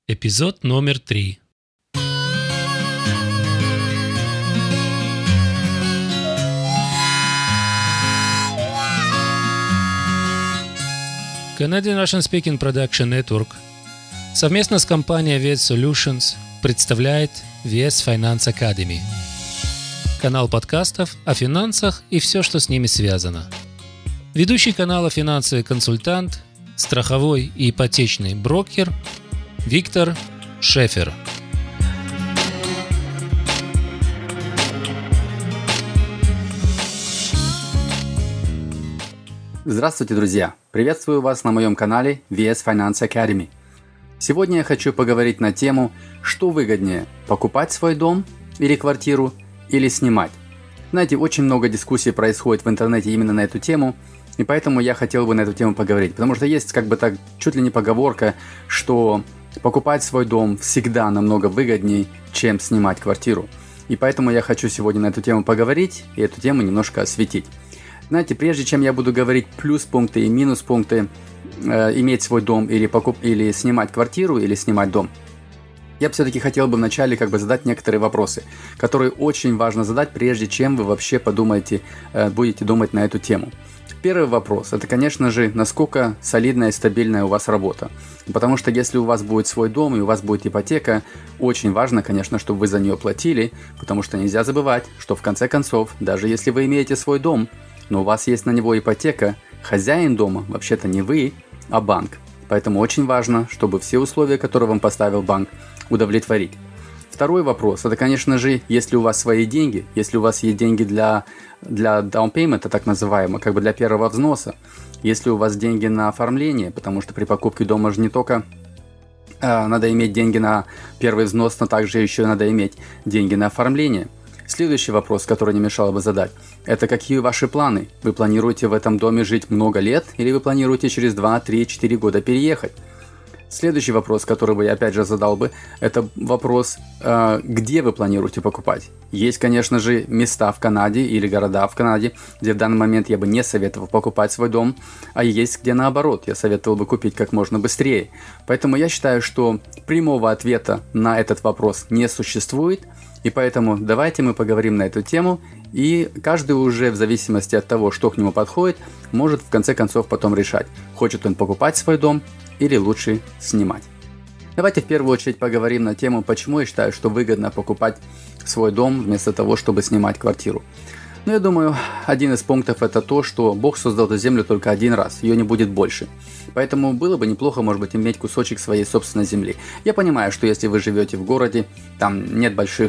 Эпизод номер 3. Canadian Russian Speaking Production Network совместно с компанией VS Solutions представляет VS Finance Academy. Канал подкастов о финансах и все, что с ними связано. Ведущий канала финансовый консультант, страховой и ипотечный брокер Виктор Шефер. Здравствуйте, друзья! Приветствую вас на моем канале VS Finance Academy. Сегодня я хочу поговорить на тему, что выгоднее – покупать свой дом или квартиру, или снимать. Знаете, очень много дискуссий происходит в интернете именно на эту тему, и поэтому я хотел бы на эту тему поговорить. Потому что есть так чуть ли не поговорка, что покупать свой дом всегда намного выгоднее, чем снимать квартиру. И поэтому я хочу сегодня на эту тему поговорить и эту тему немножко осветить. Знаете, прежде чем я буду говорить плюс-пункты и минус-пункты иметь свой дом или снимать квартиру, или снимать дом, я все-таки хотел бы вначале задать некоторые вопросы, которые очень важно задать, прежде чем вы вообще будете думать на эту тему. Первый вопрос – это, конечно же, насколько солидная и стабильная у вас работа. Потому что если у вас будет свой дом и у вас будет ипотека, очень важно, конечно, чтобы вы за нее платили, потому что нельзя забывать, что в конце концов, даже если вы имеете свой дом, но у вас есть на него ипотека, хозяин дома вообще-то не вы, а банк. Поэтому очень важно, чтобы все условия, которые вам поставил банк, удовлетворить. Второй вопрос – это, конечно же, если у вас свои деньги, если у вас есть деньги для down payment, так называемого, для первого взноса, если у вас деньги на оформление, потому что при покупке дома же не только надо иметь деньги на первый взнос, но также еще надо иметь деньги на оформление. Следующий вопрос, который не мешало бы задать, это какие ваши планы? Вы планируете в этом доме жить много лет или вы планируете через 2, 3, 4 года переехать? Следующий вопрос, который бы я опять же задал бы, это вопрос, где вы планируете покупать. Есть, конечно же, места в Канаде или города в Канаде, где в данный момент я бы не советовал покупать свой дом, а есть где наоборот, я советовал бы купить как можно быстрее. Поэтому я считаю, что прямого ответа на этот вопрос не существует, и поэтому давайте мы поговорим на эту тему, и каждый уже в зависимости от того, что к нему подходит, может в конце концов потом решать, хочет он покупать свой дом или лучше снимать. Давайте в первую очередь поговорим на тему, почему я считаю, что выгодно покупать свой дом вместо того, чтобы снимать квартиру. Я думаю, один из пунктов это то, что Бог создал эту землю только один раз, ее не будет больше. Поэтому было бы неплохо, может быть, иметь кусочек своей собственной земли. Я понимаю, что если вы живете в городе, там нет большой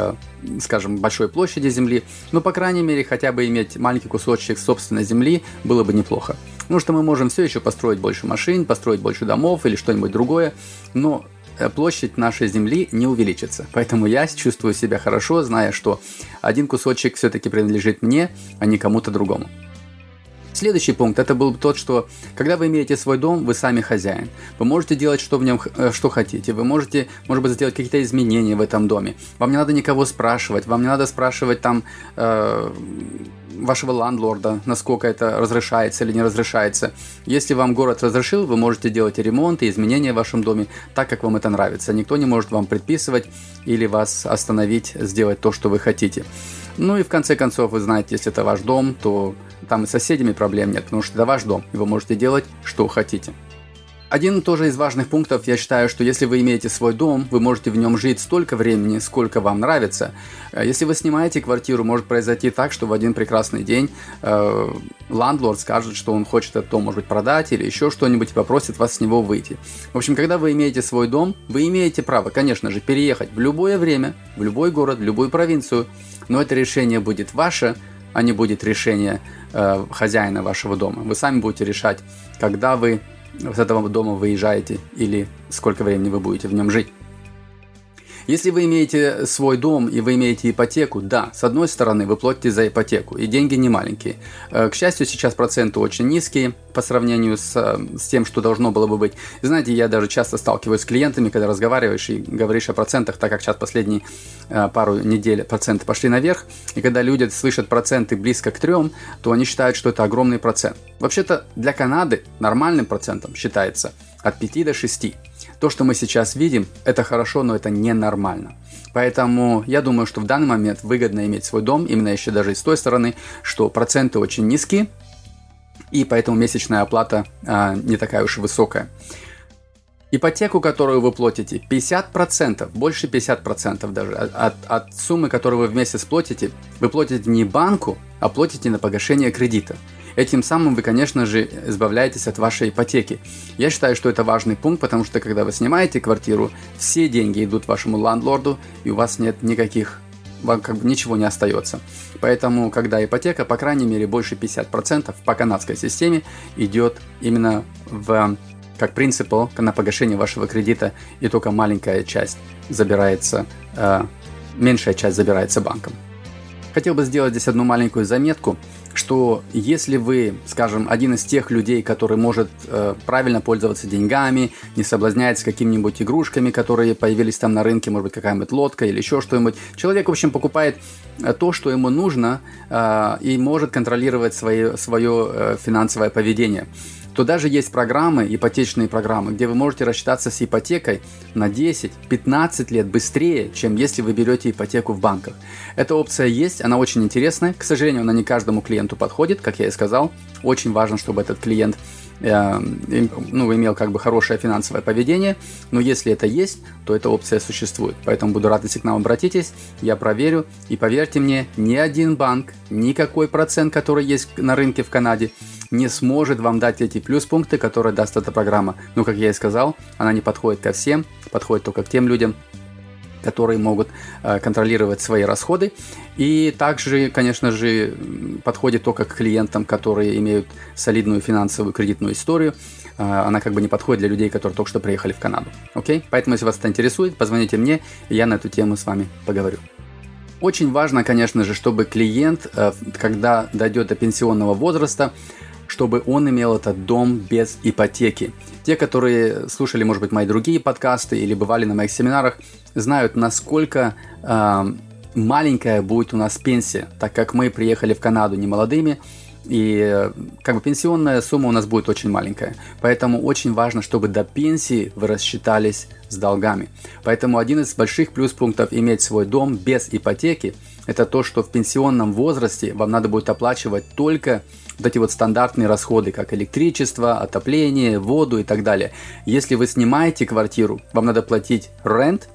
площади земли, но, по крайней мере, хотя бы иметь маленький кусочек собственной земли было бы неплохо. Потому что мы можем все еще построить больше машин, построить больше домов или что-нибудь другое, но площадь нашей земли не увеличится. Поэтому я чувствую себя хорошо, зная, что один кусочек все-таки принадлежит мне, а не кому-то другому. Следующий пункт, это был тот, что когда вы имеете свой дом, вы сами хозяин. Вы можете делать что в нем, что хотите. Вы можете, может быть, сделать какие-то изменения в этом доме. Вам не надо никого спрашивать. Вам не надо спрашивать вашего лендлорда, насколько это разрешается или не разрешается. Если вам город разрешил, вы можете делать ремонт и изменения в вашем доме так, как вам это нравится. Никто не может вам предписывать или вас остановить сделать то, что вы хотите. И в конце концов, вы знаете, если это ваш дом, то там и с соседями проблем нет, потому что это ваш дом, и вы можете делать, что хотите. Один тоже из важных пунктов, я считаю, что если вы имеете свой дом, вы можете в нем жить столько времени, сколько вам нравится. Если вы снимаете квартиру, может произойти так, что в один прекрасный день лендлорд скажет, что он хочет этот дом, может быть, продать или еще что-нибудь и попросит вас с него выйти. В общем, когда вы имеете свой дом, вы имеете право, конечно же, переехать в любое время, в любой город, в любую провинцию, но это решение будет ваше, а не будет решение хозяина вашего дома. Вы сами будете решать, когда вы с этого дома выезжаете или сколько времени вы будете в нем жить. Если вы имеете свой дом и вы имеете ипотеку, да, с одной стороны вы платите за ипотеку, и деньги не маленькие. К счастью, сейчас проценты очень низкие по сравнению с тем, что должно было бы быть. И знаете, я даже часто сталкиваюсь с клиентами, когда разговариваешь и говоришь о процентах, так как сейчас последние пару недель проценты пошли наверх, и когда люди слышат проценты близко к 3, то они считают, что это огромный процент. Вообще-то для Канады нормальным процентом считается от 5 до 6. То, что мы сейчас видим, это хорошо, но это ненормально. Поэтому я думаю, что в данный момент выгодно иметь свой дом, именно еще даже и с той стороны, что проценты очень низкие, и поэтому месячная оплата не такая уж и высокая. Ипотеку, которую вы платите, 50%, больше 50% даже от суммы, которую вы в месяц платите, вы платите не банку, а платите на погашение кредита. Этим самым вы, конечно же, избавляетесь от вашей ипотеки. Я считаю, что это важный пункт, потому что когда вы снимаете квартиру, все деньги идут вашему лендлорду, и у вас нет никаких, вам как бы ничего не остается. Поэтому, когда ипотека, по крайней мере, больше 50% по канадской системе идет именно как принципал на погашение вашего кредита, и только маленькая часть забирается, меньшая часть забирается банком. Хотел бы сделать здесь одну маленькую заметку, что если вы, скажем, один из тех людей, который может правильно пользоваться деньгами, не соблазняется какими-нибудь игрушками, которые появились там на рынке, может быть, какая-нибудь лодка или еще что-нибудь, человек, в общем, покупает то, что ему нужно, и может контролировать свое финансовое поведение, то даже есть программы, ипотечные программы, где вы можете рассчитаться с ипотекой на 10-15 лет быстрее, чем если вы берете ипотеку в банках. Эта опция есть, она очень интересная. К сожалению, она не каждому клиенту подходит, как я и сказал. Очень важно, чтобы этот клиент имел как бы хорошее финансовое поведение, но если это есть, то эта опция существует. Поэтому буду рад, если к нам обратитесь, я проверю, и поверьте мне, ни один банк, никакой процент, который есть на рынке в Канаде, не сможет вам дать эти плюс-пункты, которые даст эта программа. Но, как я и сказал, она не подходит ко всем, подходит только к тем людям, которые могут контролировать свои расходы. И также, конечно же, подходит только к клиентам, которые имеют солидную финансовую кредитную историю. Она как бы не подходит для людей, которые только что приехали в Канаду. Окей? Поэтому, если вас это интересует, позвоните мне, и я на эту тему с вами поговорю. Очень важно, конечно же, чтобы клиент, когда дойдет до пенсионного возраста, чтобы он имел этот дом без ипотеки. Те, которые слушали, может быть, мои другие подкасты или бывали на моих семинарах, знают, насколько маленькая будет у нас пенсия, так как мы приехали в Канаду не молодыми, и как бы пенсионная сумма у нас будет очень маленькая. Поэтому очень важно, чтобы до пенсии вы рассчитались с долгами. Поэтому один из больших плюс-пунктов иметь свой дом без ипотеки – это то, что в пенсионном возрасте вам надо будет оплачивать только вот эти вот стандартные расходы, как электричество, отопление, воду и так далее. Если вы снимаете квартиру, вам надо платить рент,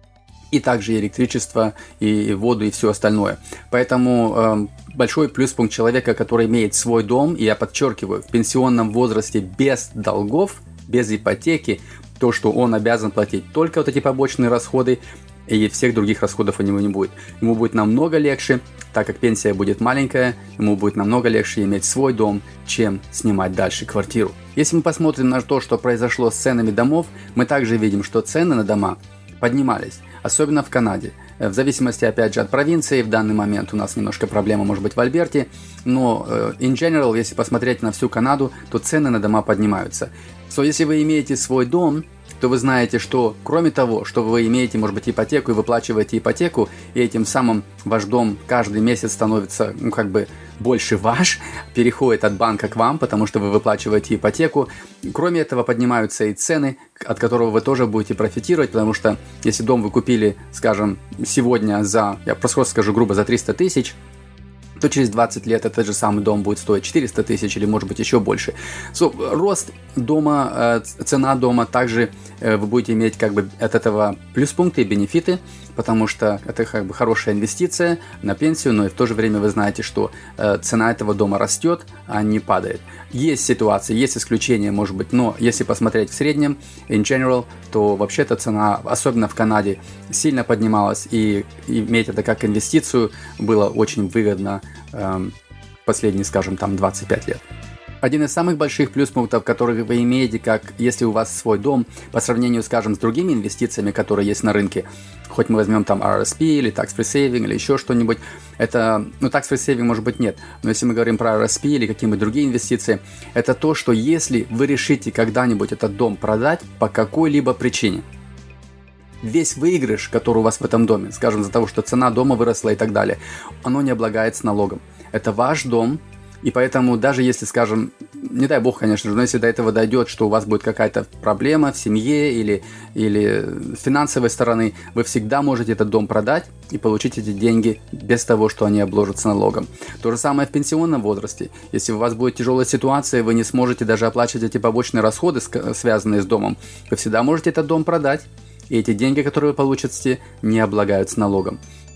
и также электричество, и воду, и все остальное. Поэтому большой плюс-пункт человека, который имеет свой дом, и я подчеркиваю, в пенсионном возрасте без долгов, без ипотеки, то, что он обязан платить только вот эти побочные расходы, и всех других расходов у него не будет. Ему будет намного легче, так как пенсия будет маленькая, ему будет намного легче иметь свой дом, чем снимать дальше квартиру. Если мы посмотрим на то, что произошло с ценами домов, мы также видим, что цены на дома поднимались, особенно в Канаде. В зависимости, опять же, от провинции, в данный момент у нас немножко проблема может быть в Альберте, но in general, если посмотреть на всю Канаду, то цены на дома поднимаются. Если вы имеете свой дом, то вы знаете, что кроме того, что вы имеете, может быть, ипотеку и выплачиваете ипотеку, и этим самым ваш дом каждый месяц становится, больше ваш, переходит от банка к вам, потому что вы выплачиваете ипотеку. Кроме этого, поднимаются и цены, от которого вы тоже будете профитировать, потому что если дом вы купили, скажем, сегодня я просто скажу грубо, за 300 тысяч, то через 20 лет этот же самый дом будет стоить 400 тысяч или, может быть, еще больше. Рост дома, цена дома, также вы будете иметь от этого плюс-пункты и бенефиты, потому что это хорошая инвестиция на пенсию, но и в то же время вы знаете, что цена этого дома растет, а не падает. Есть ситуации, есть исключения, может быть, но если посмотреть в среднем, in general, то вообще-то цена, особенно в Канаде, сильно поднималась, и иметь это как инвестицию было очень выгодно последние, 25 лет. Один из самых больших плюс-пунктов, которые вы имеете, если у вас свой дом, по сравнению, с другими инвестициями, которые есть на рынке, хоть мы возьмем там RRSP или Tax-Free Saving или еще что-нибудь, это, Tax-Free Saving может быть нет, но если мы говорим про RRSP или какие-нибудь другие инвестиции, это то, что если вы решите когда-нибудь этот дом продать по какой-либо причине, весь выигрыш, который у вас в этом доме, из-за того, что цена дома выросла и так далее, оно не облагается налогом. Это ваш дом, И поэтому даже если, скажем, не дай бог, конечно же, но если до этого дойдет, что у вас будет какая-то проблема в семье или с финансовой стороны, вы всегда можете этот дом продать и получить эти деньги без того, что они обложатся налогом. То же самое в пенсионном возрасте. Если у вас будет тяжелая ситуация, вы не сможете даже оплачивать эти побочные расходы, связанные с домом, вы всегда можете этот дом продать, и эти деньги, которые вы получите, не облагаются налогом.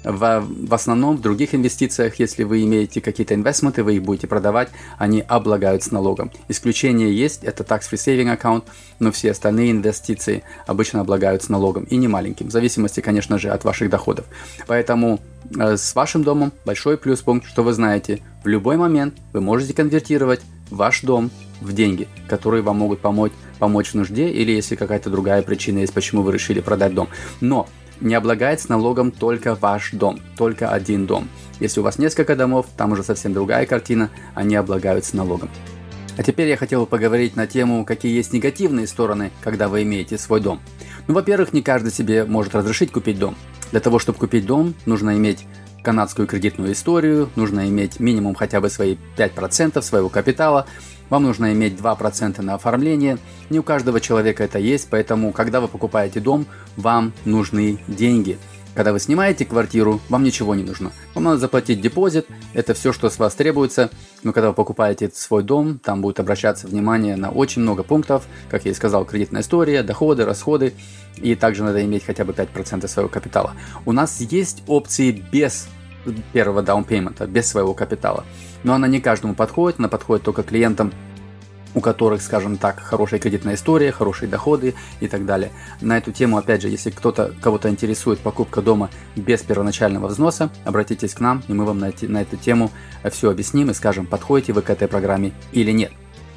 В основном в других инвестициях, если вы имеете какие-то инвестменты, вы их будете продавать, они облагаются налогом. Исключение есть, это tax-free saving аккаунт, но все остальные инвестиции обычно облагаются налогом, и не маленьким, в зависимости, конечно же, от ваших доходов. Поэтому с вашим домом большой плюс-пункт, что вы знаете, в любой момент вы можете конвертировать ваш дом в деньги, которые вам могут помочь в нужде, или если какая-то другая причина есть, почему вы решили продать дом. Но не облагается налогом только ваш дом, только один дом. Если у вас несколько домов, там уже совсем другая картина, они облагаются налогом. А теперь я хотел бы поговорить на тему, какие есть негативные стороны, когда вы имеете свой дом. Ну, во-первых, не каждый себе может разрешить купить дом. Для того, чтобы купить дом, нужно иметь канадскую кредитную историю, нужно иметь минимум хотя бы свои 5% своего капитала, вам нужно иметь 2% на оформление. Не у каждого человека это есть, поэтому, когда вы покупаете дом, вам нужны деньги. Когда вы снимаете квартиру, вам ничего не нужно. Вам надо заплатить депозит, это все, что с вас требуется. Но когда вы покупаете свой дом, там будет обращаться внимание на очень много пунктов. Как я и сказал, кредитная история, доходы, расходы. И также надо иметь хотя бы 5% своего капитала. У нас есть опции без первого down payment, без своего капитала. Но она не каждому подходит, она подходит только клиентам, у которых, скажем так, хорошая кредитная история, хорошие доходы и так далее. На эту тему, опять же, если кого-то интересует покупка дома без первоначального взноса, обратитесь к нам, и мы вам на эту тему все объясним и скажем, подходите вы к этой программе или нет.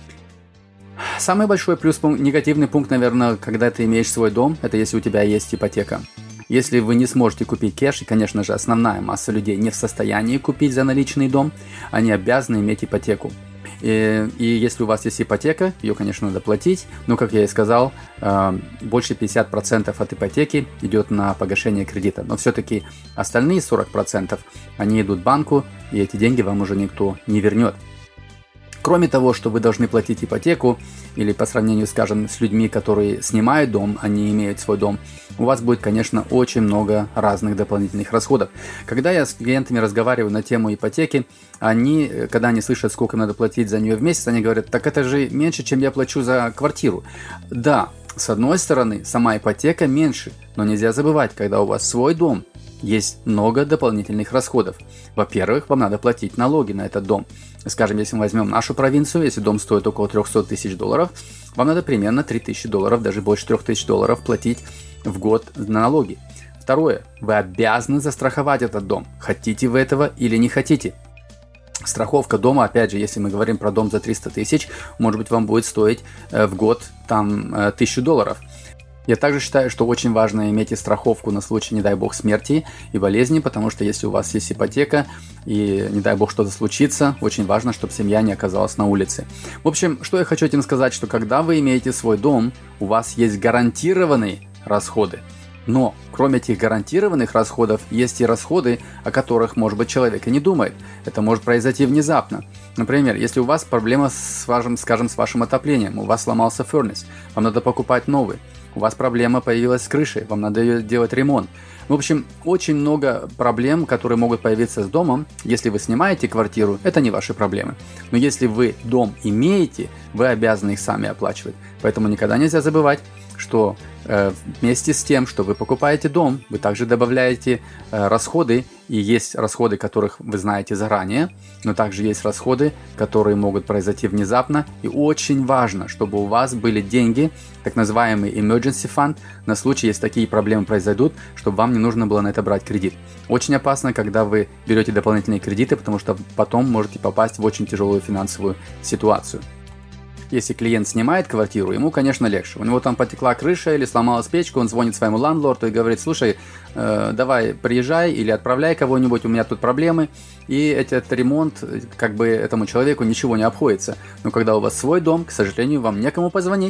Самый большой негативный пункт, наверное, когда ты имеешь свой дом, это если у тебя есть ипотека. Если вы не сможете купить кэш, и, конечно же, основная масса людей не в состоянии купить за наличный дом, они обязаны иметь ипотеку. И если у вас есть ипотека, ее, конечно, надо платить, но, как я и сказал, больше 50% от ипотеки идет на погашение кредита. Но все-таки остальные 40% они идут банку, и эти деньги вам уже никто не вернет. Кроме того, что вы должны платить ипотеку, или по сравнению, скажем, с людьми, которые снимают дом, они имеют свой дом, у вас будет, конечно, очень много разных дополнительных расходов. Когда я с клиентами разговариваю на тему ипотеки, когда они слышат, сколько надо платить за нее в месяц, они говорят, так это же меньше, чем я плачу за квартиру. Да, с одной стороны, сама ипотека меньше, но нельзя забывать, когда у вас свой дом, есть много дополнительных расходов. Во-первых, вам надо платить налоги на этот дом. Скажем, если мы возьмем нашу провинцию, если дом стоит около $300 тысяч, вам надо примерно $3000, даже больше $3000 платить в год на налоги. Второе, вы обязаны застраховать этот дом, хотите вы этого или не хотите. Страховка дома, опять же, если мы говорим про дом за 300 тысяч, может быть, вам будет стоить в год там $1000. Я также считаю, что очень важно иметь и страховку на случай, не дай бог, смерти и болезни, потому что если у вас есть ипотека и, не дай бог, что-то случится, очень важно, чтобы семья не оказалась на улице. В общем, что я хочу этим сказать, что когда вы имеете свой дом, у вас есть гарантированные расходы. Но, кроме этих гарантированных расходов, есть и расходы, о которых, может быть, человек и не думает. Это может произойти внезапно. Например, если у вас проблема с вашим отоплением, у вас сломался фернес, вам надо покупать новый. У вас проблема появилась с крышей, вам надо делать ремонт. В общем, очень много проблем, которые могут появиться с домом. Если вы снимаете квартиру, это не ваши проблемы. Но если вы дом имеете, вы обязаны их сами оплачивать. Поэтому никогда нельзя забывать, что вместе с тем, что вы покупаете дом, вы также добавляете расходы, и есть расходы, которых вы знаете заранее, но также есть расходы, которые могут произойти внезапно, и очень важно, чтобы у вас были деньги, так называемый emergency fund, на случай, если такие проблемы произойдут, чтобы вам не нужно было на это брать кредит. Очень опасно, когда вы берете дополнительные кредиты, потому что потом можете попасть в очень тяжелую финансовую ситуацию. Если клиент снимает квартиру, ему, конечно, легче. У него там потекла крыша или сломалась печка, он звонит своему лендлорду и говорит, слушай, давай приезжай или отправляй кого-нибудь, у меня тут проблемы. И этот ремонт, как бы этому человеку ничего не обходится. Но когда у вас свой дом, к сожалению, вам некому позвонить.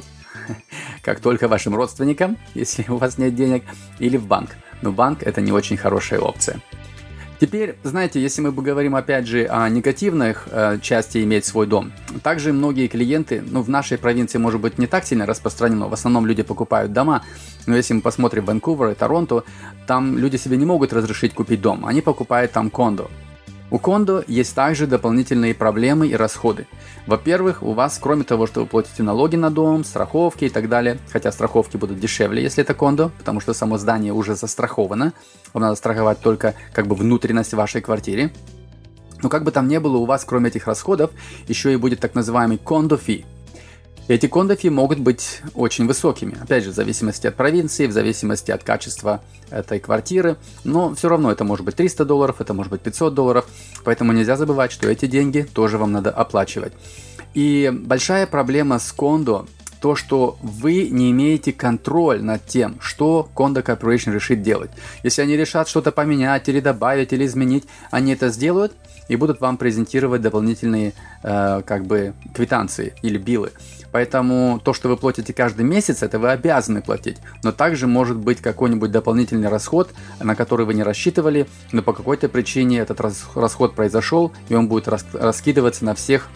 Как только вашим родственникам, если у вас нет денег, или в банк. Но банк – это не очень хорошая опция. Теперь, знаете, если мы говорим опять же о негативных части иметь свой дом, также многие клиенты, в нашей провинции может быть не так сильно распространено, в основном люди покупают дома, но если мы посмотрим Ванкувер и Торонто, там люди себе не могут разрешить купить дом, они покупают там кондо. У кондо есть также дополнительные проблемы и расходы. Во-первых, у вас, кроме того, что вы платите налоги на дом, страховки и так далее, хотя страховки будут дешевле, если это кондо, потому что само здание уже застраховано, вам надо страховать только внутренность вашей квартиры. Но как бы там ни было, у вас, кроме этих расходов, еще и будет так называемый кондо-фи. Эти кондо-фи могут быть очень высокими, опять же, в зависимости от провинции, в зависимости от качества этой квартиры, но все равно это может быть $300, это может быть $500, поэтому нельзя забывать, что эти деньги тоже вам надо оплачивать. И большая проблема с кондо то, что вы не имеете контроль над тем, что Condo Corporation решит делать. Если они решат что-то поменять или добавить или изменить, они это сделают и будут вам презентировать дополнительные квитанции или биллы. Поэтому то, что вы платите каждый месяц, это вы обязаны платить. Но также может быть какой-нибудь дополнительный расход, на который вы не рассчитывали, но по какой-то причине этот расход произошел, и он будет раскидываться на всех,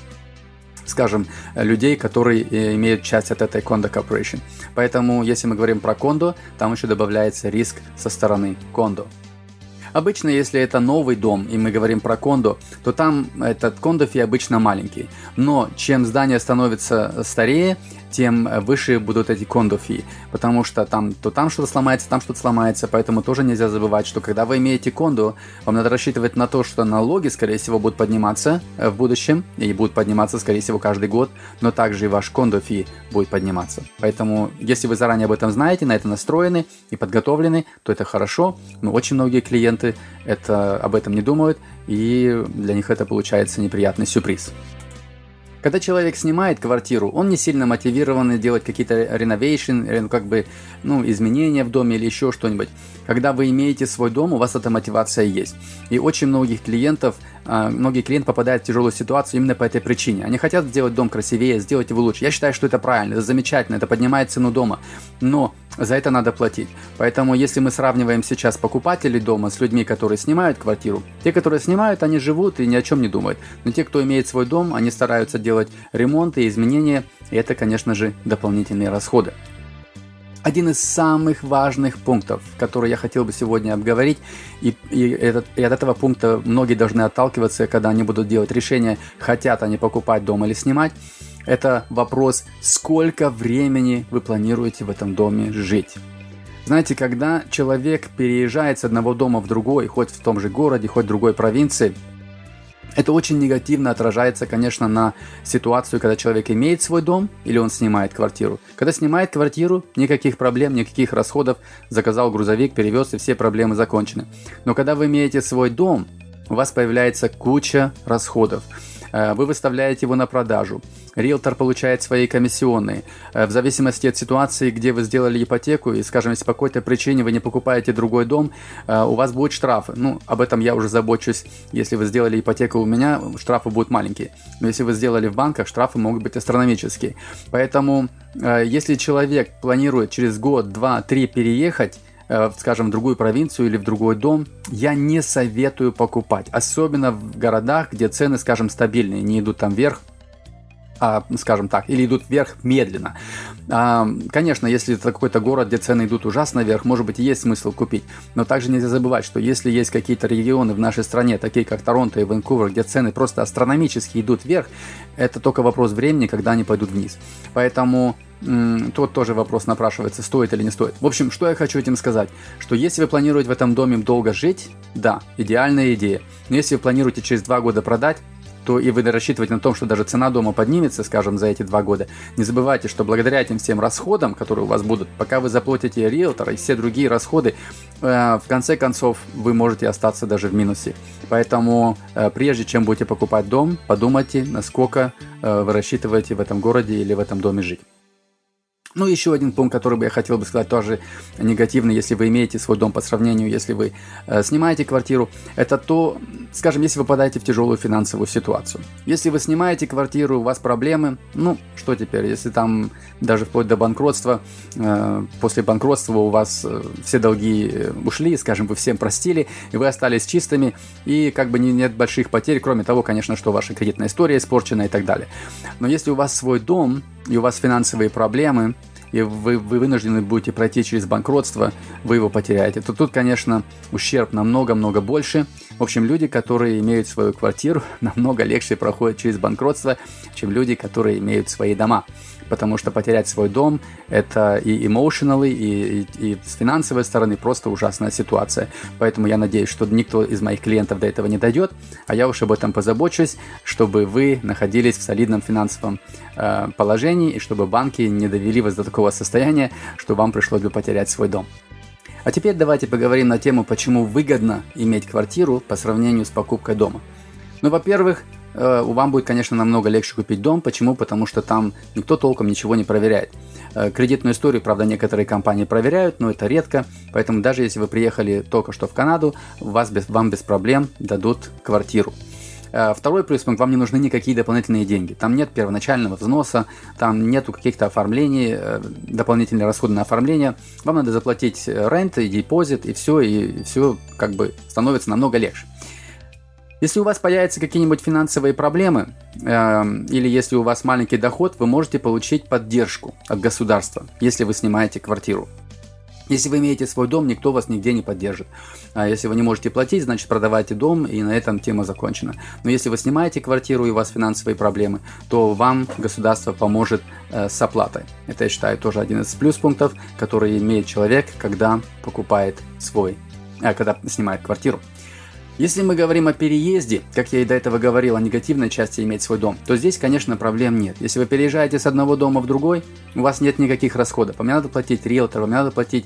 людей, которые имеют часть от этой Condo Corporation. Поэтому, если мы говорим про кондо, там еще добавляется риск со стороны кондо. Обычно, если это новый дом, и мы говорим про кондо, то там этот кондо-фи обычно маленький. Но чем здание становится старее, тем выше будут эти кондо-фи, потому что там что-то сломается, поэтому тоже нельзя забывать, что когда вы имеете кондо, вам надо рассчитывать на то, что налоги, скорее всего, будут подниматься в будущем, и будут подниматься, скорее всего, каждый год, но также и ваш кондо-фи будет подниматься. Поэтому, если вы заранее об этом знаете, на это настроены и подготовлены, то это хорошо, но очень многие клиенты об этом не думают, и для них это получается неприятный сюрприз. Когда человек снимает квартиру, он не сильно мотивирован делать какие-то изменения в доме или еще что-нибудь. Когда вы имеете свой дом, у вас эта мотивация есть. И очень многие клиенты попадают в тяжелую ситуацию именно по этой причине. Они хотят сделать дом красивее, сделать его лучше. Я считаю, что это правильно, это замечательно, это поднимает цену дома. Но за это надо платить. Поэтому, если мы сравниваем сейчас покупателей дома с людьми, которые снимают квартиру, те, которые снимают, они живут и ни о чем не думают. Но те, кто имеет свой дом, они стараются делать ремонты и изменения, и это, конечно же, дополнительные расходы. Один из самых важных пунктов, который я хотел бы сегодня обговорить, и от этого пункта многие должны отталкиваться, когда они будут делать решение, хотят они покупать дом или снимать, это вопрос, сколько времени вы планируете в этом доме жить. Знаете, когда человек переезжает с одного дома в другой, хоть в том же городе, хоть в другой провинции, это очень негативно отражается, конечно, на ситуацию, когда человек имеет свой дом или он снимает квартиру. Когда снимает квартиру, никаких проблем, никаких расходов, заказал грузовик, перевез, и все проблемы закончены. Но когда вы имеете свой дом, у вас появляется куча расходов. Вы выставляете его на продажу. Риэлтор получает свои комиссионные. В зависимости от ситуации, где вы сделали ипотеку, и, скажем, если по какой-то причине вы не покупаете другой дом, у вас будут штрафы. Об этом я уже забочусь. Если вы сделали ипотеку у меня, штрафы будут маленькие. Но если вы сделали в банках, штрафы могут быть астрономические. Поэтому, если человек планирует через год, 2, 3 переехать, в другую провинцию или в другой дом, я не советую покупать. Особенно в городах, где цены, стабильные, не идут там вверх, или идут вверх медленно. Конечно, если это какой-то город, где цены идут ужасно вверх, может быть, и есть смысл купить. Но также нельзя забывать, что если есть какие-то регионы в нашей стране, такие как Торонто и Ванкувер, где цены просто астрономически идут вверх, это только вопрос времени, когда они пойдут вниз. Поэтому тут тоже вопрос напрашивается, стоит или не стоит. В общем, что я хочу этим сказать? Что если вы планируете в этом доме долго жить, да, идеальная идея. Но если вы планируете через 2 года продать, то и вы рассчитываете на том, что даже цена дома поднимется, за эти 2 года, не забывайте, что благодаря этим всем расходам, которые у вас будут, пока вы заплатите риэлтора и все другие расходы, в конце концов вы можете остаться даже в минусе. Поэтому прежде чем будете покупать дом, подумайте, насколько вы рассчитываете в этом городе или в этом доме жить. Ну, еще один пункт, который бы я хотел бы сказать, тоже негативный, если вы имеете свой дом по сравнению, если вы снимаете квартиру, это то, скажем, если вы попадаете в тяжелую финансовую ситуацию. Если вы снимаете квартиру, у вас проблемы, ну, что теперь, если там даже вплоть до банкротства, после банкротства у вас все долги ушли, скажем, вы всем простили, и вы остались чистыми, и как бы нет больших потерь, кроме того, конечно, что ваша кредитная история испорчена и так далее. Но если у вас свой дом, и у вас финансовые проблемы, и вы вынуждены будете пройти через банкротство, вы его потеряете, то тут, конечно, ущерб намного-много больше. В общем, люди, которые имеют свою квартиру, намного легче проходят через банкротство, чем люди, которые имеют свои дома. Потому что потерять свой дом – это и emotionally, и с финансовой стороны просто ужасная ситуация. Поэтому я надеюсь, что никто из моих клиентов до этого не дойдет, а я уж об этом позабочусь, чтобы вы находились в солидном финансовом положении, и чтобы банки не довели вас до такого состояния, что вам пришлось бы потерять свой дом. А теперь давайте поговорим на тему, почему выгодно иметь квартиру по сравнению с покупкой дома. Ну, во-первых, вам будет, конечно, намного легче купить дом. Почему? Потому что там никто толком ничего не проверяет. Кредитную историю, правда, некоторые компании проверяют, но это редко. Поэтому даже если вы приехали только что в Канаду, вам без проблем дадут квартиру. Второй плюс-пункт, вам не нужны никакие дополнительные деньги. Там нет первоначального взноса, там нету каких-то оформлений, дополнительные расходы на оформление. Вам надо заплатить рент и депозит, и все как бы становится намного легче. Если у вас появятся какие-нибудь финансовые проблемы, или если у вас маленький доход, вы можете получить поддержку от государства, если вы снимаете квартиру. Если вы имеете свой дом, никто вас нигде не поддержит. А если вы не можете платить, значит продавайте дом, и на этом тема закончена. Но если вы снимаете квартиру и у вас финансовые проблемы, то вам государство поможет с оплатой. Это, я считаю, тоже один из плюс-пунктов, который имеет человек, когда когда снимает квартиру. Если мы говорим о переезде, как я и до этого говорил, о негативной части иметь свой дом, то здесь, конечно, проблем нет. Если вы переезжаете с одного дома в другой, у вас нет никаких расходов. Вам не надо платить риэлтору, вам не надо платить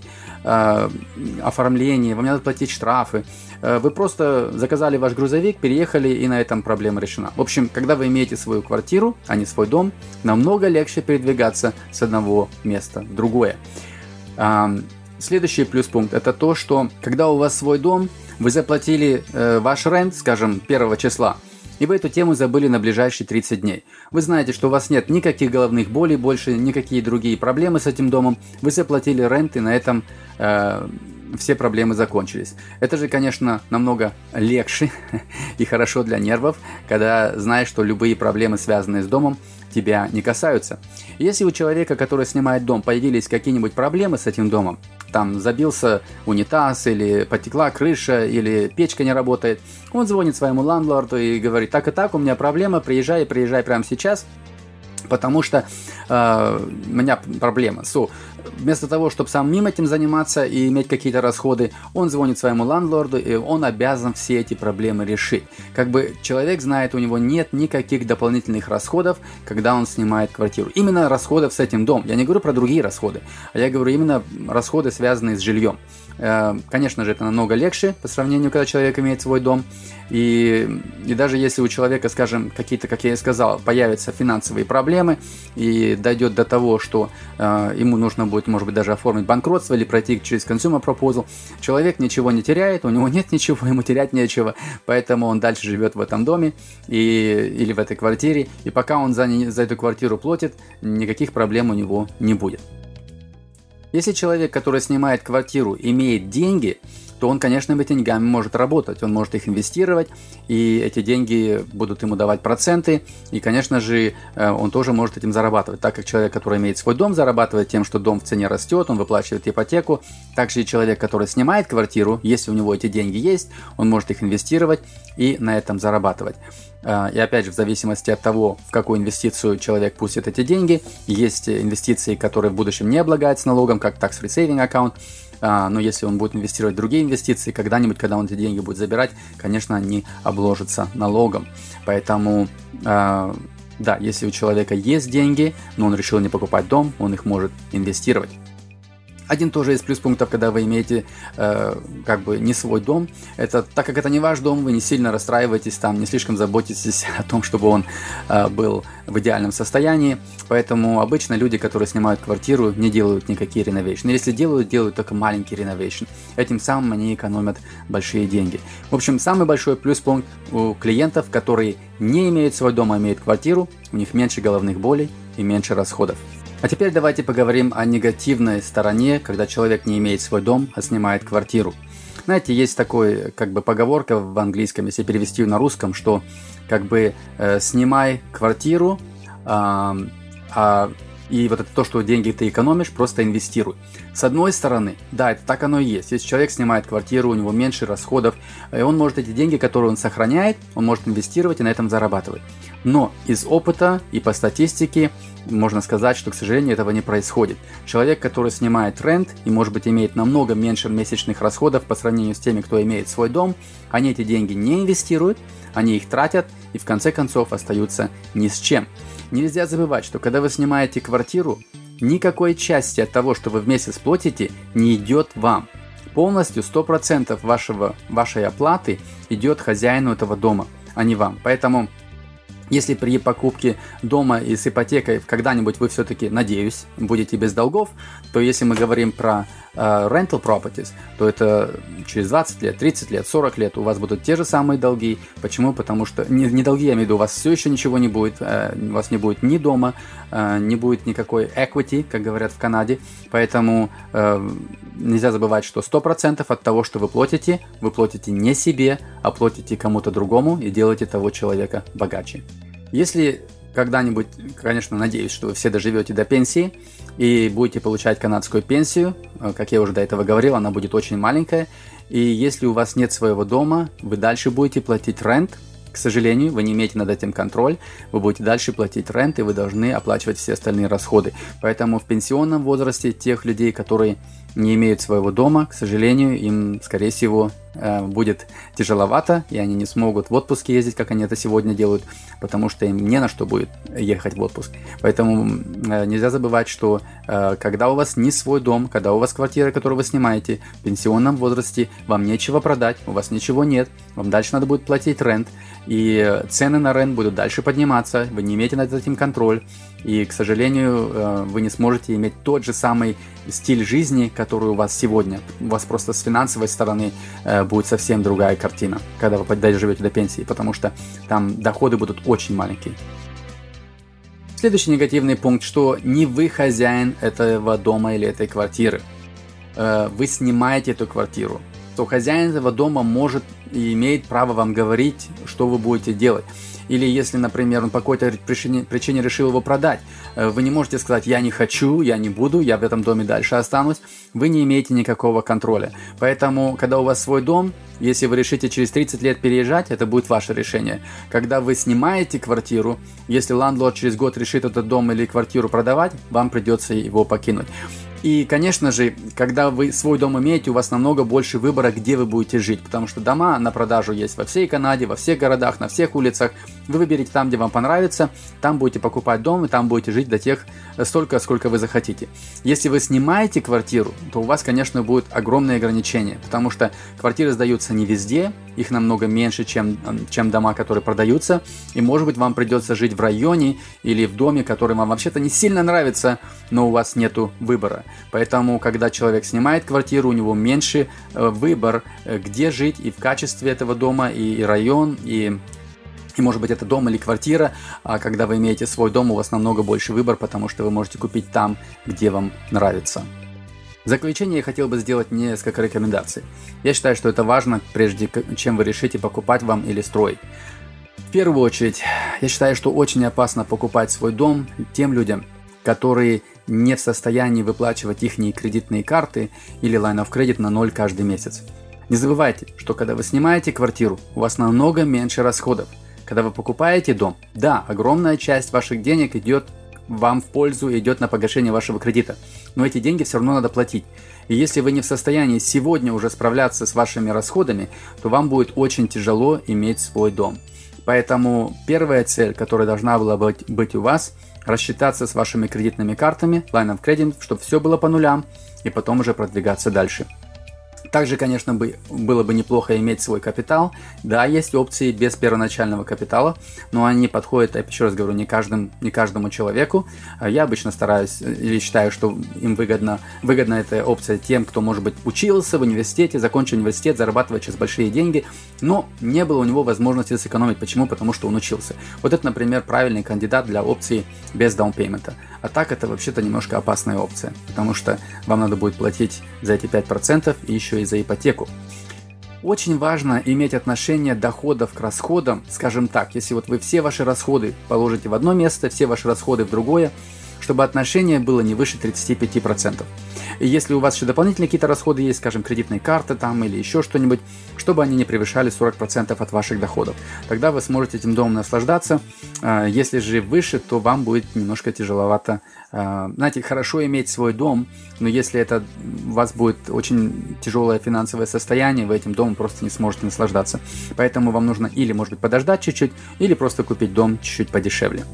оформление, вам не надо платить штрафы. Вы просто заказали ваш грузовик, переехали, и на этом проблема решена. В общем, когда вы имеете свою квартиру, а не свой дом, намного легче передвигаться с одного места в другое. Следующий плюс-пункт – это то, что когда у вас свой дом, вы заплатили ваш рент, скажем, 1 числа, и вы эту тему забыли на ближайшие 30 дней. Вы знаете, что у вас нет никаких головных болей больше, никакие другие проблемы с этим домом. Вы заплатили рент, и на этом все проблемы закончились. Это же, конечно, намного легче и хорошо для нервов, когда знаешь, что любые проблемы, связанные с домом, тебя не касаются. Если у человека, который снимает дом, появились какие-нибудь проблемы с этим домом, там забился унитаз, или потекла крыша, или печка не работает, он звонит своему лендлорду и говорит: так и так, у меня проблема, приезжай прямо сейчас, потому что у меня проблема. Вместо того, чтобы самим этим заниматься и иметь какие-то расходы, он звонит своему лендлорду, и он обязан все эти проблемы решить. Как бы человек знает, у него нет никаких дополнительных расходов, когда он снимает квартиру. Именно расходов с этим домом. Я не говорю про другие расходы, а я говорю именно расходы, связанные с жильем. Конечно же, это намного легче по сравнению, когда человек имеет свой дом. И даже если у человека, скажем, какие-то, как я и сказал, появятся финансовые проблемы и дойдет до того, что ему нужно будет, может быть, даже оформить банкротство или пройти через consumer proposal, человек ничего не теряет, у него нет ничего, ему терять нечего, поэтому он дальше живет в этом доме или в этой квартире, и пока он за эту квартиру платит, никаких проблем у него не будет. Если человек, который снимает квартиру, имеет деньги, то он, конечно, этими деньгами может работать, он может их инвестировать, и эти деньги будут ему давать проценты, и, конечно же, он тоже может этим зарабатывать, так как человек, который имеет свой дом, зарабатывает тем, что дом в цене растет, он выплачивает ипотеку, также и человек, который снимает квартиру, если у него эти деньги есть, он может их инвестировать и на этом зарабатывать. И опять же, в зависимости от того, в какую инвестицию человек пустит эти деньги, есть инвестиции, которые в будущем не облагаются налогом, как tax-free saving аккаунт, но если он будет инвестировать в другие инвестиции, когда-нибудь, когда он эти деньги будет забирать, конечно, они обложатся налогом. Поэтому, да, если у человека есть деньги, но он решил не покупать дом, он их может инвестировать. Один тоже из плюс-пунктов, когда вы имеете не свой дом, это так как это не ваш дом, вы не сильно расстраиваетесь там, не слишком заботитесь о том, чтобы он был в идеальном состоянии. Поэтому обычно люди, которые снимают квартиру, не делают никакие реновейшны. Если делают только маленький реновейшн. Этим самым они экономят большие деньги. В общем, самый большой плюс-пункт у клиентов, которые не имеют свой дом, а имеют квартиру, у них меньше головных болей и меньше расходов. А теперь давайте поговорим о негативной стороне, когда человек не имеет свой дом, а снимает квартиру. Знаете, есть такой поговорка в английском, если перевести ее на русском, что снимай квартиру, и вот это то, что деньги ты экономишь, просто инвестируй. С одной стороны, да, это так оно и есть. Если человек снимает квартиру, у него меньше расходов, и он может эти деньги, которые он сохраняет, он может инвестировать и на этом зарабатывать. Но из опыта и по статистике можно сказать, что, к сожалению, этого не происходит. Человек, который снимает рент и, может быть, имеет намного меньше месячных расходов по сравнению с теми, кто имеет свой дом, они эти деньги не инвестируют, они их тратят и в конце концов остаются ни с чем. Нельзя забывать, что когда вы снимаете квартиру, никакой части от того, что вы в месяц платите, не идет вам. Полностью 100% вашей оплаты идет хозяину этого дома, а не вам. Поэтому, если при покупке дома и с ипотекой когда-нибудь вы все-таки, надеюсь, будете без долгов, то если мы говорим про rental properties, то это через 20 лет, 30 лет, 40 лет у вас будут те же самые долги. Почему? Потому что, не долги, я имею в виду, у вас все еще ничего не будет, у вас не будет ни дома, не будет никакой equity, как говорят в Канаде, поэтому нельзя забывать, что 100% от того, что вы платите не себе, а платите кому-то другому и делаете того человека богаче. Если когда-нибудь, конечно, надеюсь, что вы все доживете до пенсии и будете получать канадскую пенсию, как я уже до этого говорил, она будет очень маленькая, и если у вас нет своего дома, вы дальше будете платить рент. К сожалению, вы не имеете над этим контроль, вы будете дальше платить рент, и вы должны оплачивать все остальные расходы. Поэтому в пенсионном возрасте тех людей, которые не имеют своего дома, к сожалению, им, скорее всего, будет тяжеловато, и они не смогут в отпуск ездить, как они это сегодня делают, потому что им не на что будет ехать в отпуск. Поэтому нельзя забывать, что когда у вас не свой дом, когда у вас квартира, которую вы снимаете, в пенсионном возрасте вам нечего продать, у вас ничего нет, вам дальше надо будет платить рент, и цены на рент будут дальше подниматься, вы не имеете над этим контроль, и, к сожалению, вы не сможете иметь тот же самый стиль жизни, который у вас сегодня. У вас просто с финансовой стороны будет совсем другая картина, когда вы доживете до пенсии, потому что там доходы будут очень маленькие. Следующий негативный пункт, что не вы хозяин этого дома или этой квартиры. Вы снимаете эту квартиру. То хозяин этого дома может и имеет право вам говорить, что вы будете делать. Или если, например, он по какой-то причине решил его продать, вы не можете сказать: я не хочу, я не буду, я в этом доме дальше останусь. Вы не имеете никакого контроля. Поэтому, когда у вас свой дом, если вы решите через 30 лет переезжать, это будет ваше решение. Когда вы снимаете квартиру, если лендлорд через год решит этот дом или квартиру продавать, вам придется его покинуть. И, конечно же, когда вы свой дом имеете, у вас намного больше выбора, где вы будете жить, потому что дома на продажу есть во всей Канаде, во всех городах, на всех улицах. Вы выберете там, где вам понравится, там будете покупать дом и там будете жить до тех столько, сколько вы захотите. Если вы снимаете квартиру, то у вас, конечно, будут огромные ограничения, потому что квартиры сдаются не везде, их намного меньше, чем дома, которые продаются, и, может быть, вам придется жить в районе или в доме, который вам вообще-то не сильно нравится, но у вас нету выбора. Поэтому, когда человек снимает квартиру, у него меньше выбор, где жить и в качестве этого дома, и район, и может быть это дом или квартира, а когда вы имеете свой дом, у вас намного больше выбор, потому что вы можете купить там, где вам нравится. В заключение я хотел бы сделать несколько рекомендаций. Я считаю, что это важно, прежде чем вы решите, покупать вам или строить. В первую очередь, я считаю, что очень опасно покупать свой дом тем людям, которые не в состоянии выплачивать их кредитные карты или line of credit на ноль каждый месяц. Не забывайте, что когда вы снимаете квартиру, у вас намного меньше расходов. Когда вы покупаете дом, да, огромная часть ваших денег идет вам в пользу, идет на погашение вашего кредита, но эти деньги все равно надо платить. И если вы не в состоянии сегодня уже справляться с вашими расходами, то вам будет очень тяжело иметь свой дом. Поэтому первая цель, которая должна была быть у вас, рассчитаться с вашими кредитными картами, line of credit, чтобы все было по нулям, и потом уже продвигаться дальше. Также, конечно, было бы неплохо иметь свой капитал. Да, есть опции без первоначального капитала, но они подходят, я еще раз говорю, не каждому человеку. Я обычно стараюсь или считаю, что им выгодна эта опция тем, кто, может быть, учился в университете, закончил университет, зарабатывает сейчас большие деньги, но не было у него возможности сэкономить. Почему? Потому что он учился. Вот это, например, правильный кандидат для опции без даунпеймента. А так это вообще-то немножко опасная опция, потому что вам надо будет платить за эти 5% и еще и за ипотеку. Очень важно иметь отношение доходов к расходам, скажем так, если вот вы все ваши расходы положите в одно место, все ваши расходы в другое, чтобы отношение было не выше 35%. И если у вас еще дополнительные какие-то расходы есть, скажем, кредитные карты там или еще что-нибудь, чтобы они не превышали 40% от ваших доходов. Тогда вы сможете этим домом наслаждаться. Если же выше, то вам будет немножко тяжеловато. Знаете, хорошо иметь свой дом, но если у вас будет очень тяжелое финансовое состояние, вы этим домом просто не сможете наслаждаться. Поэтому вам нужно или, может быть, подождать чуть-чуть, или просто купить дом чуть-чуть подешевле.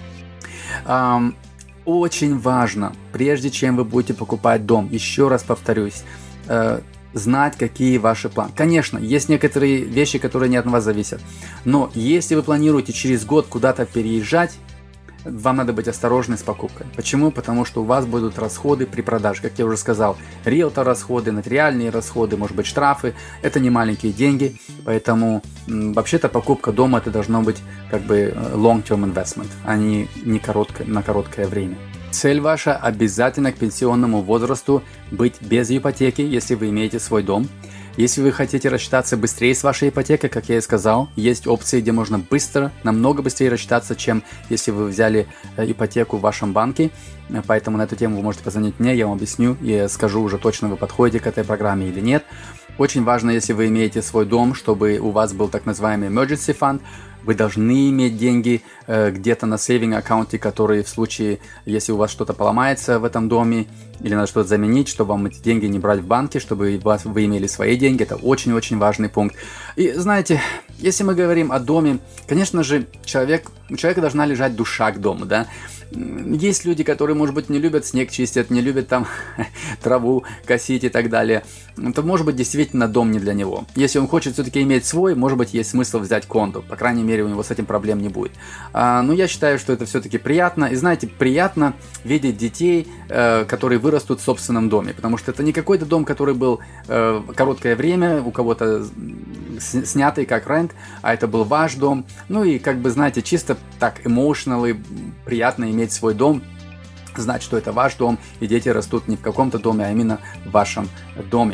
Очень важно, прежде чем вы будете покупать дом, еще раз повторюсь, знать, какие ваши планы. Конечно, есть некоторые вещи, которые не от вас зависят, но если вы планируете через год куда-то переезжать, вам надо быть осторожны с покупкой. Почему? Потому что у вас будут расходы при продаже. Как я уже сказал, риэлтор расходы, нотариальные расходы, может быть штрафы. Это не маленькие деньги, поэтому вообще-то покупка дома это должно быть как бы long-term investment, а не на короткое время. Цель ваша обязательно к пенсионному возрасту быть без ипотеки, если вы имеете свой дом. Если вы хотите рассчитаться быстрее с вашей ипотекой, как я и сказал, есть опции, где можно намного быстрее рассчитаться, чем если вы взяли ипотеку в вашем банке. Поэтому на эту тему вы можете позвонить мне, я вам объясню и скажу уже точно, вы подходите к этой программе или нет. Очень важно, если вы имеете свой дом, чтобы у вас был так называемый emergency fund. Вы должны иметь деньги где-то на сейвинг аккаунте, которые в случае, если у вас что-то поломается в этом доме или надо что-то заменить, чтобы вам эти деньги не брать в банке, чтобы вы имели свои деньги. Это очень-очень важный пункт. И знаете, если мы говорим о доме, конечно же, у человека должна лежать душа к дому, да. Есть люди, которые, может быть, не любят снег чистить, не любят там траву косить и так далее. То, может быть, действительно дом не для него. Если он хочет все-таки иметь свой, может быть, есть смысл взять кондо. По крайней мере, у него с этим проблем не будет. Но я считаю, что это все-таки приятно. И знаете, приятно видеть детей, которые вырастут в собственном доме. Потому что это не какой-то дом, который был короткое время у кого-то снятый как рент, а это был ваш дом. Ну и как бы, знаете, чисто так emotionally приятно иметь свой дом, знать, что это ваш дом, и дети растут не в каком-то доме, а именно в вашем доме.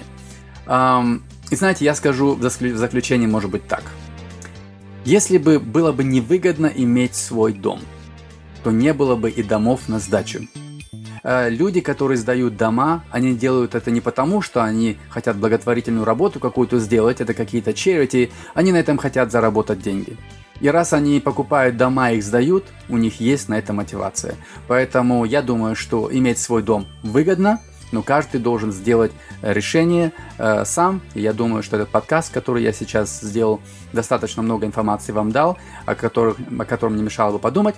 И знаете, я скажу в заключение, может быть, так. Если бы было бы невыгодно иметь свой дом, то не было бы и домов на сдачу. Люди, которые сдают дома, они делают это не потому, что они хотят благотворительную работу какую-то сделать, это какие-то charity, они на этом хотят заработать деньги. И раз они покупают дома и их сдают, у них есть на это мотивация. Поэтому я думаю, что иметь свой дом выгодно, но каждый должен сделать решение сам. И я думаю, что этот подкаст, который я сейчас сделал, достаточно много информации вам дал, о котором не мешало бы подумать.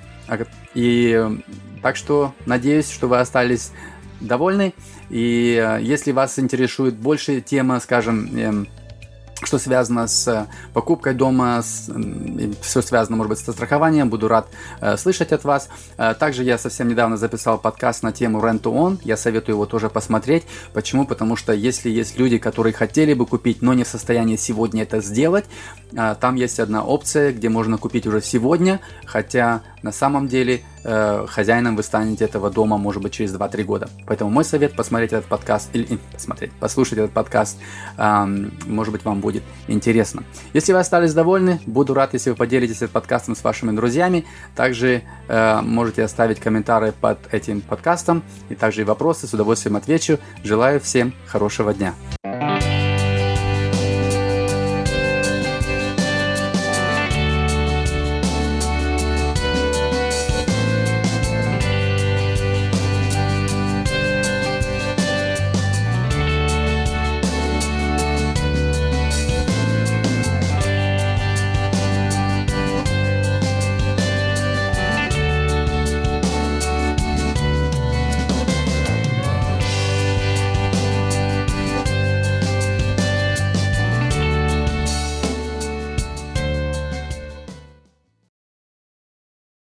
И так что надеюсь, что вы остались довольны. И если вас интересует больше тема, скажем, что связано с покупкой дома, все связано, может быть, со страхованием, буду рад слышать от вас. Также я совсем недавно записал подкаст на тему Rent to Own, я советую его тоже посмотреть. Почему? Потому что если есть люди, которые хотели бы купить, но не в состоянии сегодня это сделать, там есть одна опция, где можно купить уже сегодня, хотя на самом деле хозяином вы станете этого дома, может быть, через 2-3 года. Поэтому мой совет — посмотреть этот подкаст, послушать этот подкаст, может быть, вам будет интересно. Если вы остались довольны, буду рад, если вы поделитесь этим подкастом с вашими друзьями. Также можете оставить комментарии под этим подкастом, и также и вопросы, с удовольствием отвечу. Желаю всем хорошего дня.